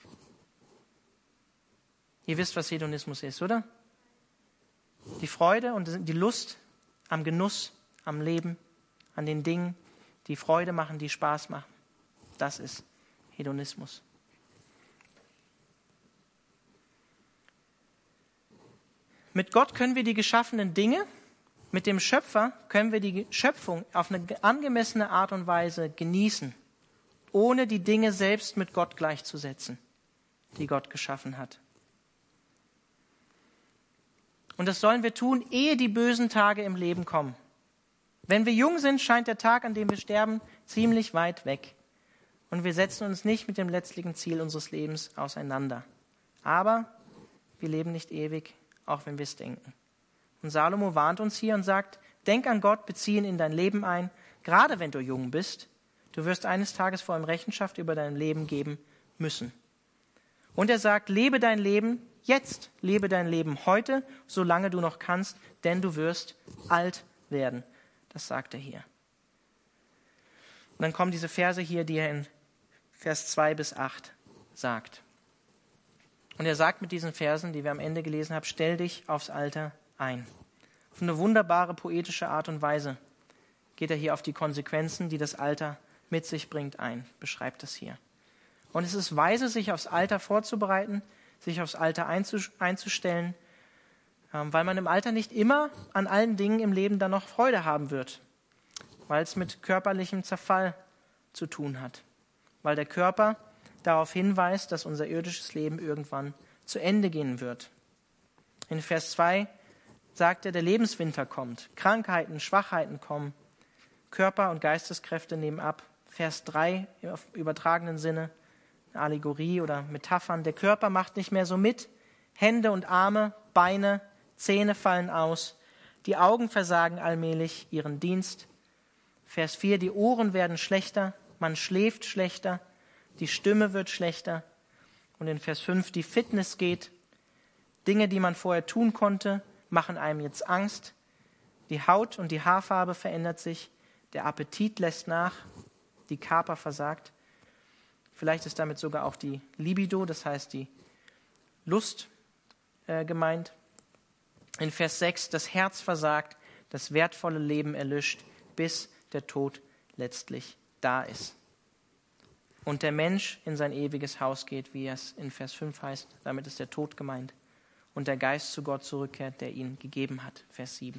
Ihr wisst, was Hedonismus ist, oder? Die Freude und die Lust am Genuss, am Leben, an den Dingen, die Freude machen, die Spaß machen. Das ist Hedonismus. Mit Gott können wir die geschaffenen Dinge, mit dem Schöpfer können wir die Schöpfung auf eine angemessene Art und Weise genießen, ohne die Dinge selbst mit Gott gleichzusetzen, die Gott geschaffen hat. Und das sollen wir tun, ehe die bösen Tage im Leben kommen. Wenn wir jung sind, scheint der Tag, an dem wir sterben, ziemlich weit weg. Und wir setzen uns nicht mit dem letztlichen Ziel unseres Lebens auseinander. Aber wir leben nicht ewig, auch wenn wir es denken. Und Salomo warnt uns hier und sagt, denk an Gott, beziehe ihn in dein Leben ein, gerade wenn du jung bist. Du wirst eines Tages vor ihm Rechenschaft über dein Leben geben müssen. Und er sagt, lebe dein Leben jetzt, lebe dein Leben heute, solange du noch kannst, denn du wirst alt werden. Das sagt er hier. Und dann kommen diese Verse hier, die er in Vers zwei bis acht sagt. Und er sagt mit diesen Versen, die wir am Ende gelesen haben, stell dich aufs Alter ein. Auf eine wunderbare poetische Art und Weise geht er hier auf die Konsequenzen, die das Alter mit sich bringt, ein. Beschreibt es hier. Und es ist weise, sich aufs Alter vorzubereiten, sich aufs Alter einzustellen, weil man im Alter nicht immer an allen Dingen im Leben dann noch Freude haben wird, weil es mit körperlichem Zerfall zu tun hat, weil der Körper darauf hinweist, dass unser irdisches Leben irgendwann zu Ende gehen wird. In Vers zwei sagt er, der Lebenswinter kommt, Krankheiten, Schwachheiten kommen, Körper- und Geisteskräfte nehmen ab. Vers drei im übertragenen Sinne, eine Allegorie oder Metaphern, der Körper macht nicht mehr so mit, Hände und Arme, Beine, Zähne fallen aus, die Augen versagen allmählich ihren Dienst. Vers vier, die Ohren werden schlechter, man schläft schlechter, die Stimme wird schlechter. Und in Vers fünf, die Fitness geht, Dinge, die man vorher tun konnte, machen einem jetzt Angst. Die Haut und die Haarfarbe verändert sich, der Appetit lässt nach, die Kaper versagt. Vielleicht ist damit sogar auch die Libido, das heißt die Lust äh, gemeint. In Vers sechs, das Herz versagt, das wertvolle Leben erlischt, bis der Tod letztlich da ist. Und der Mensch in sein ewiges Haus geht, wie es in Vers fünf heißt, damit ist der Tod gemeint. Und der Geist zu Gott zurückkehrt, der ihn gegeben hat, Vers sieben.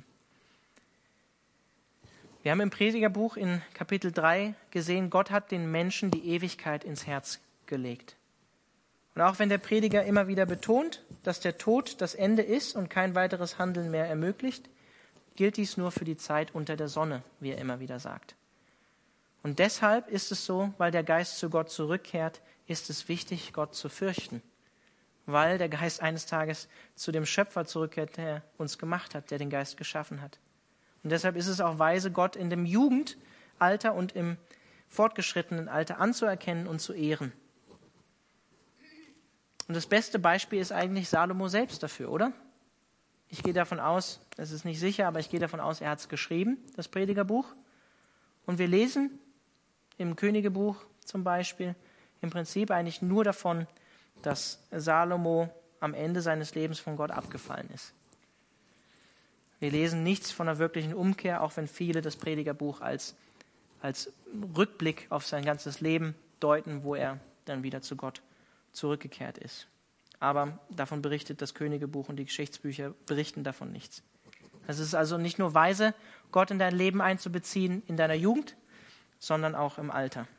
Wir haben im Predigerbuch in Kapitel drei gesehen, Gott hat den Menschen die Ewigkeit ins Herz gelegt. Und auch wenn der Prediger immer wieder betont, dass der Tod das Ende ist und kein weiteres Handeln mehr ermöglicht, gilt dies nur für die Zeit unter der Sonne, wie er immer wieder sagt. Und deshalb ist es so, weil der Geist zu Gott zurückkehrt, ist es wichtig, Gott zu fürchten. Weil der Geist eines Tages zu dem Schöpfer zurückkehrt, der uns gemacht hat, der den Geist geschaffen hat. Und deshalb ist es auch weise, Gott in dem Jugendalter und im fortgeschrittenen Alter anzuerkennen und zu ehren. Und das beste Beispiel ist eigentlich Salomo selbst dafür, oder? Ich gehe davon aus, es ist nicht sicher, aber ich gehe davon aus, er hat es geschrieben, das Predigerbuch. Und wir lesen im Königebuch zum Beispiel im Prinzip eigentlich nur davon, dass Salomo am Ende seines Lebens von Gott abgefallen ist. Wir lesen nichts von einer wirklichen Umkehr, auch wenn viele das Predigerbuch als, als Rückblick auf sein ganzes Leben deuten, wo er dann wieder zu Gott zurückgekehrt ist. Aber davon berichtet das Königebuch und die Geschichtsbücher berichten davon nichts. Es ist also nicht nur weise, Gott in dein Leben einzubeziehen in deiner Jugend, sondern auch im Alter.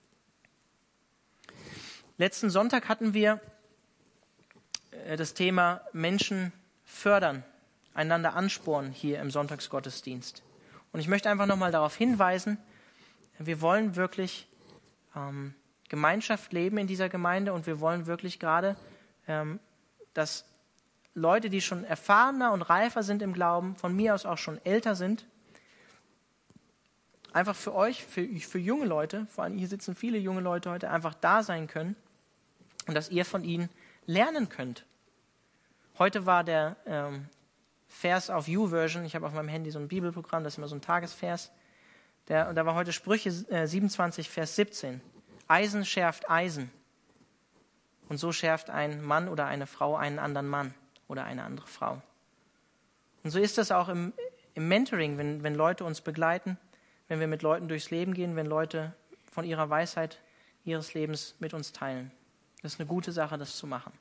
Letzten Sonntag hatten wir das Thema Menschen fördern, einander anspornen hier im Sonntagsgottesdienst. Und ich möchte einfach nochmal darauf hinweisen, wir wollen wirklich ähm, Gemeinschaft leben in dieser Gemeinde und wir wollen wirklich gerade, ähm, dass Leute, die schon erfahrener und reifer sind im Glauben, von mir aus auch schon älter sind, einfach für euch, für, für junge Leute, vor allem hier sitzen viele junge Leute heute, einfach da sein können und dass ihr von ihnen lernen könnt. Heute war der ähm, Vers auf YouVersion, ich habe auf meinem Handy so ein Bibelprogramm, das ist immer so ein Tagesvers, der, und da war heute Sprüche äh, siebenundzwanzig, Vers siebzehn. Eisen schärft Eisen und so schärft ein Mann oder eine Frau einen anderen Mann oder eine andere Frau. Und so ist das auch im, im Mentoring, wenn, wenn Leute uns begleiten, wenn wir mit Leuten durchs Leben gehen, wenn Leute von ihrer Weisheit ihres Lebens mit uns teilen. Das ist eine gute Sache, das zu machen.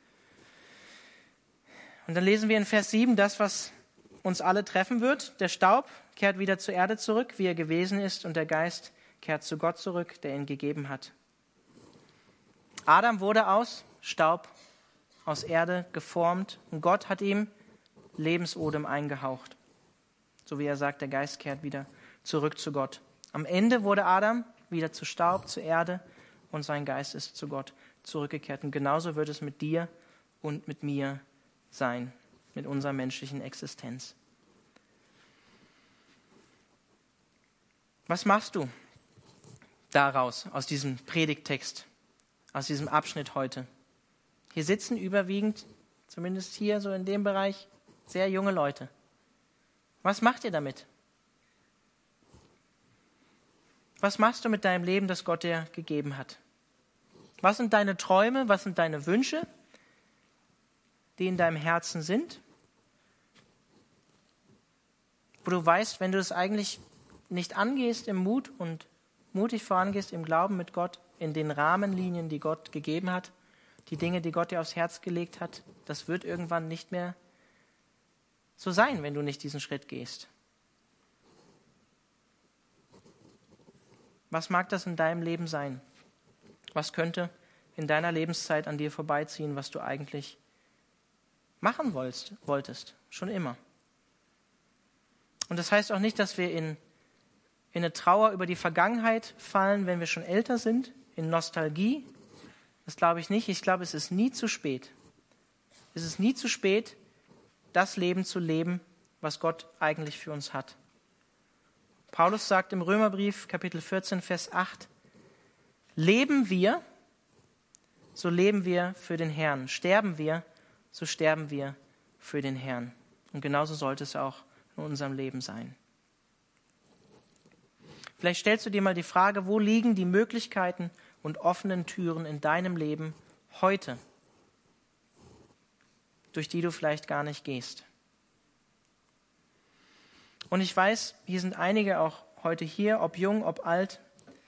Und dann lesen wir in Vers sieben das, was uns alle treffen wird. Der Staub kehrt wieder zur Erde zurück, wie er gewesen ist, und der Geist kehrt zu Gott zurück, der ihn gegeben hat. Adam wurde aus Staub, aus Erde geformt und Gott hat ihm Lebensodem eingehaucht. So wie er sagt, der Geist kehrt wieder zurück zu Gott. Am Ende wurde Adam wieder zu Staub, zur Erde und sein Geist ist zu Gott zurückgekehrt. Und genauso wird es mit dir und mit mir sein, mit unserer menschlichen Existenz. Was machst du daraus, aus diesem Predigttext, aus diesem Abschnitt heute? Hier sitzen überwiegend, zumindest hier so in dem Bereich, sehr junge Leute. Was macht ihr damit? Was machst du mit deinem Leben, das Gott dir gegeben hat? Was sind deine Träume, was sind deine Wünsche, die in deinem Herzen sind? Wo du weißt, wenn du es eigentlich nicht angehst im Mut und mutig vorangehst im Glauben mit Gott, in den Rahmenlinien, die Gott gegeben hat, die Dinge, die Gott dir aufs Herz gelegt hat, das wird irgendwann nicht mehr so sein, wenn du nicht diesen Schritt gehst. Was mag das in deinem Leben sein? Was könnte in deiner Lebenszeit an dir vorbeiziehen, was du eigentlich machen wolltest, wolltest schon immer? Und das heißt auch nicht, dass wir in, in eine Trauer über die Vergangenheit fallen, wenn wir schon älter sind, in Nostalgie. Das glaube ich nicht. Ich glaube, es ist nie zu spät. Es ist nie zu spät, das Leben zu leben, was Gott eigentlich für uns hat. Paulus sagt im Römerbrief, Kapitel vierzehn, Vers acht, leben wir, so leben wir für den Herrn. Sterben wir, so sterben wir für den Herrn. Und genauso sollte es auch in unserem Leben sein. Vielleicht stellst du dir mal die Frage, wo liegen die Möglichkeiten und offenen Türen in deinem Leben heute, durch die du vielleicht gar nicht gehst. Und ich weiß, hier sind einige auch heute hier, ob jung, ob alt,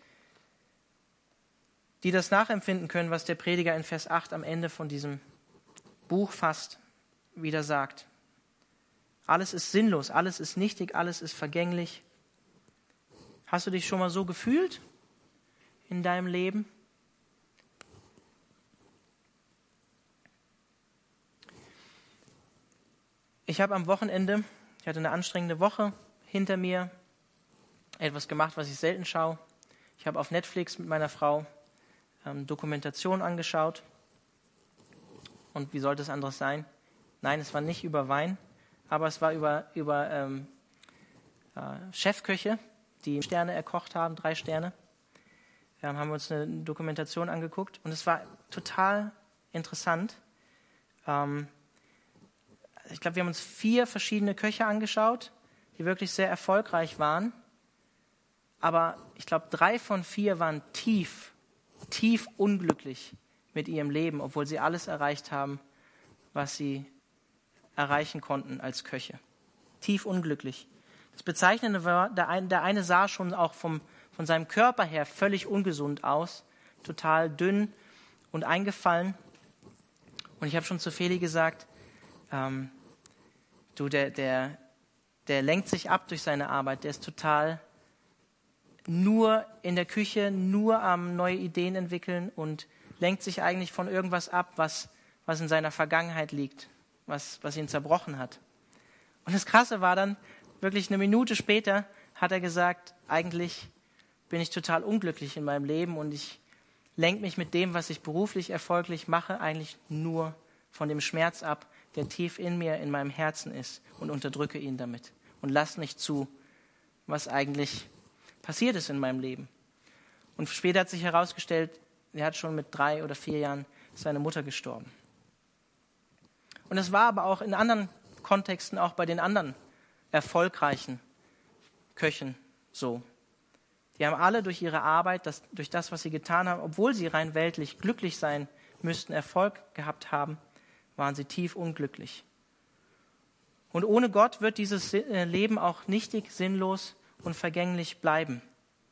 die das nachempfinden können, was der Prediger in Vers acht am Ende von diesem Buch fast wieder sagt. Alles ist sinnlos, alles ist nichtig, alles ist vergänglich. Hast du dich schon mal so gefühlt in deinem Leben? Ich habe am Wochenende, ich hatte eine anstrengende Woche hinter mir, etwas gemacht, was ich selten schaue. Ich habe auf Netflix mit meiner Frau ähm, Dokumentation angeschaut. Und wie sollte es anderes sein? Nein, es war nicht über Wein, aber es war über, über ähm, äh, Chefköche, die Sterne erkocht haben, drei Sterne. Ähm, haben wir uns eine Dokumentation angeguckt und es war total interessant. Ähm, ich glaube, wir haben uns vier verschiedene Köche angeschaut, die wirklich sehr erfolgreich waren. Aber ich glaube, drei von vier waren tief, tief unglücklich mit ihrem Leben, obwohl sie alles erreicht haben, was sie erreichen konnten als Köche. Tief unglücklich. Das Bezeichnende war, der eine, der eine sah schon auch vom, von seinem Körper her völlig ungesund aus, total dünn und eingefallen. Und ich habe schon zu Feli gesagt, ähm, du, der, der, der lenkt sich ab durch seine Arbeit, der ist total nur in der Küche, nur am neue Ideen entwickeln und lenkt sich eigentlich von irgendwas ab, was, was in seiner Vergangenheit liegt, was, was ihn zerbrochen hat. Und das Krasse war dann, wirklich eine Minute später hat er gesagt, eigentlich bin ich total unglücklich in meinem Leben und ich lenkt mich mit dem, was ich beruflich erfolgreich mache, eigentlich nur von dem Schmerz ab, der tief in mir, in meinem Herzen ist, und unterdrücke ihn damit und lass nicht zu, was eigentlich passiert ist in meinem Leben. Und später hat sich herausgestellt, er hat schon mit drei oder vier Jahren seine Mutter gestorben. Und es war aber auch in anderen Kontexten, auch bei den anderen erfolgreichen Köchen so. Die haben alle durch ihre Arbeit, das, durch das, was sie getan haben, obwohl sie rein weltlich glücklich sein müssten, Erfolg gehabt haben, waren sie tief unglücklich. Und ohne Gott wird dieses Leben auch nichtig, sinnlos und vergänglich bleiben.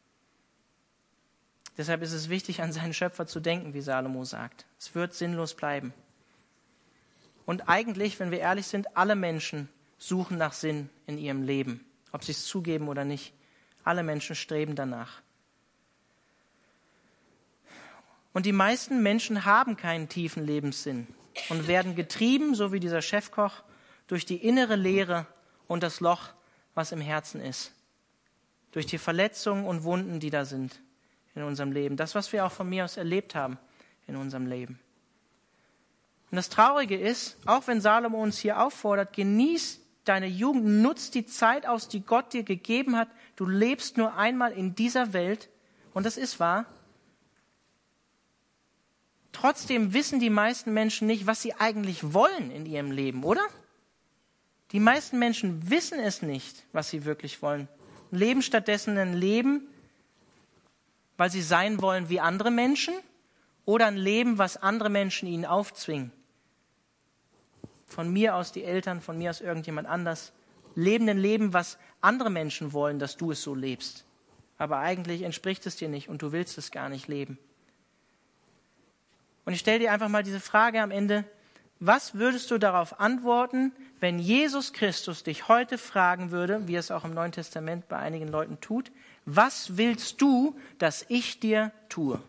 Deshalb ist es wichtig, an seinen Schöpfer zu denken, wie Salomo sagt. Es wird sinnlos bleiben. Und eigentlich, wenn wir ehrlich sind, alle Menschen suchen nach Sinn in ihrem Leben, ob sie es zugeben oder nicht. Alle Menschen streben danach. Und die meisten Menschen haben keinen tiefen Lebenssinn und werden getrieben, so wie dieser Chefkoch, durch die innere Leere und das Loch, was im Herzen ist. Durch die Verletzungen und Wunden, die da sind in unserem Leben. Das, was wir auch von mir aus erlebt haben in unserem Leben. Und das Traurige ist, auch wenn Salomo uns hier auffordert, genieß deine Jugend, nutz die Zeit aus, die Gott dir gegeben hat. Du lebst nur einmal in dieser Welt und das ist wahr. Trotzdem wissen die meisten Menschen nicht, was sie eigentlich wollen in ihrem Leben, oder? Die meisten Menschen wissen es nicht, was sie wirklich wollen. Leben stattdessen ein Leben, weil sie sein wollen wie andere Menschen, oder ein Leben, was andere Menschen ihnen aufzwingen. Von mir aus die Eltern, von mir aus irgendjemand anders. Leben ein Leben, was andere Menschen wollen, dass du es so lebst. Aber eigentlich entspricht es dir nicht und du willst es gar nicht leben. Und ich stelle dir einfach mal diese Frage am Ende: Was würdest du darauf antworten, wenn Jesus Christus dich heute fragen würde, wie er es auch im Neuen Testament bei einigen Leuten tut: Was willst du, dass ich dir tue?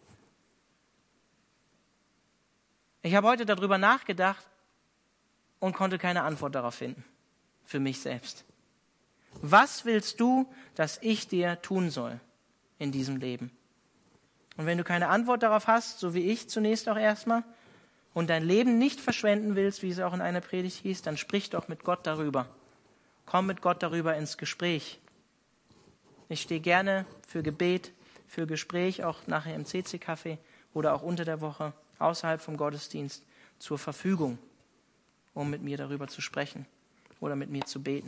Ich habe heute darüber nachgedacht und konnte keine Antwort darauf finden, für mich selbst. Was willst du, dass ich dir tun soll in diesem Leben? Und wenn du keine Antwort darauf hast, so wie ich zunächst auch erstmal, und dein Leben nicht verschwenden willst, wie es auch in einer Predigt hieß, dann sprich doch mit Gott darüber. Komm mit Gott darüber ins Gespräch. Ich stehe gerne für Gebet, für Gespräch, auch nachher im C C-Café oder auch unter der Woche, außerhalb vom Gottesdienst, zur Verfügung, um mit mir darüber zu sprechen oder mit mir zu beten.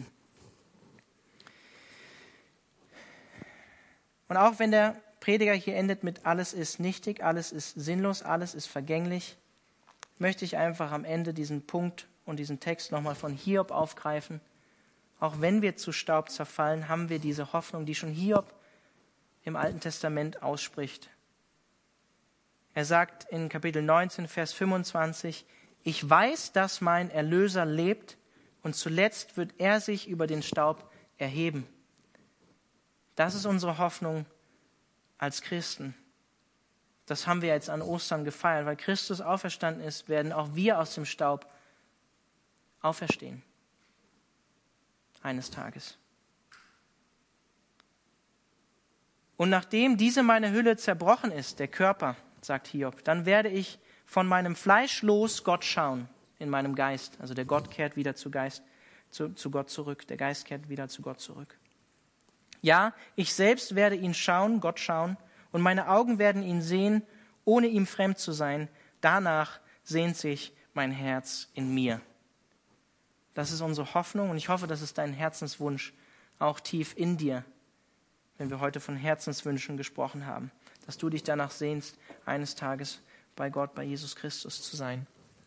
Und auch wenn der Prediger hier endet mit alles ist nichtig, alles ist sinnlos, alles ist vergänglich, möchte ich einfach am Ende diesen Punkt und diesen Text nochmal von Hiob aufgreifen. Auch wenn wir zu Staub zerfallen, haben wir diese Hoffnung, die schon Hiob im Alten Testament ausspricht. Er sagt in Kapitel neunzehn, Vers fünfundzwanzig, ich weiß, dass mein Erlöser lebt und zuletzt wird er sich über den Staub erheben. Das ist unsere Hoffnung als Christen. Das haben wir jetzt an Ostern gefeiert. Weil Christus auferstanden ist, werden auch wir aus dem Staub auferstehen. Eines Tages. Und nachdem diese meine Hülle zerbrochen ist, der Körper, sagt Hiob, dann werde ich von meinem Fleisch los Gott schauen in meinem Geist. Also der Gott kehrt wieder zu, Geist, zu, zu Gott zurück. Der Geist kehrt wieder zu Gott zurück. Ja, ich selbst werde ihn schauen, Gott schauen, und meine Augen werden ihn sehen, ohne ihm fremd zu sein. Danach sehnt sich mein Herz in mir. Das ist unsere Hoffnung und ich hoffe, das ist dein Herzenswunsch, auch tief in dir, wenn wir heute von Herzenswünschen gesprochen haben, dass du dich danach sehnst, eines Tages bei Gott, bei Jesus Christus zu sein.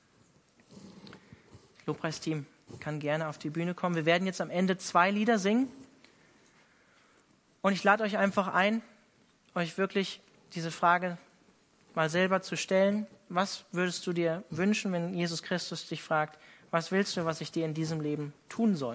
Das Lobpreisteam kann gerne auf die Bühne kommen. Wir werden jetzt am Ende zwei Lieder singen. Und ich lade euch einfach ein, euch wirklich diese Frage mal selber zu stellen. Was würdest du dir wünschen, wenn Jesus Christus dich fragt, was willst du, was ich dir in diesem Leben tun soll?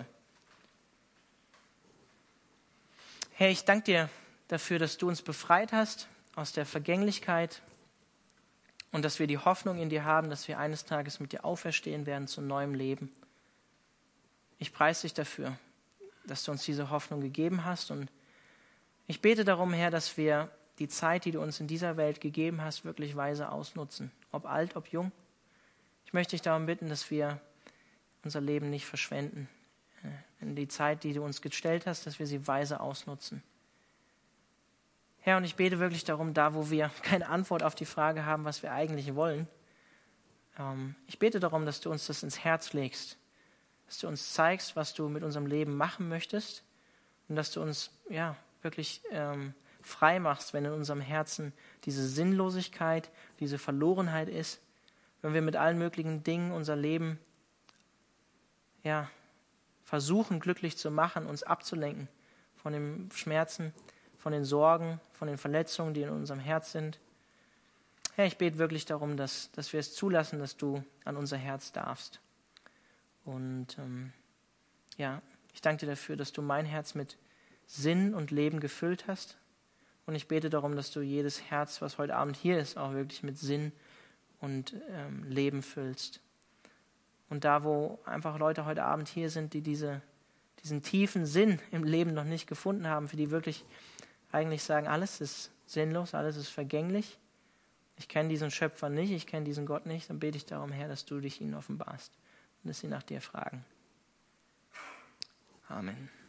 Herr, ich danke dir dafür, dass du uns befreit hast aus der Vergänglichkeit und dass wir die Hoffnung in dir haben, dass wir eines Tages mit dir auferstehen werden zu neuem Leben. Ich preise dich dafür, dass du uns diese Hoffnung gegeben hast und ich bete darum, Herr, dass wir die Zeit, die du uns in dieser Welt gegeben hast, wirklich weise ausnutzen. Ob alt, ob jung. Ich möchte dich darum bitten, dass wir unser Leben nicht verschwenden. In die Zeit, die du uns gestellt hast, dass wir sie weise ausnutzen. Herr, und ich bete wirklich darum, da wo wir keine Antwort auf die Frage haben, was wir eigentlich wollen, ähm, ich bete darum, dass du uns das ins Herz legst, dass du uns zeigst, was du mit unserem Leben machen möchtest und dass du uns ja wirklich ähm, frei machst, wenn in unserem Herzen diese Sinnlosigkeit, diese Verlorenheit ist, wenn wir mit allen möglichen Dingen unser Leben ja, versuchen, glücklich zu machen, uns abzulenken von den Schmerzen, von den Sorgen, von den Verletzungen, die in unserem Herz sind. Herr, ich bete wirklich darum, dass, dass wir es zulassen, dass du an unser Herz darfst. Und ähm, ja, ich danke dir dafür, dass du mein Herz mit Sinn und Leben gefüllt hast. Und ich bete darum, dass du jedes Herz, was heute Abend hier ist, auch wirklich mit Sinn und ähm, Leben füllst. Und da, wo einfach Leute heute Abend hier sind, die diese, diesen tiefen Sinn im Leben noch nicht gefunden haben, für die wirklich eigentlich sagen, alles ist sinnlos, alles ist vergänglich. Ich kenne diesen Schöpfer nicht, ich kenne diesen Gott nicht. Dann bete ich darum, Herr, dass du dich ihnen offenbarst und dass sie nach dir fragen. Amen.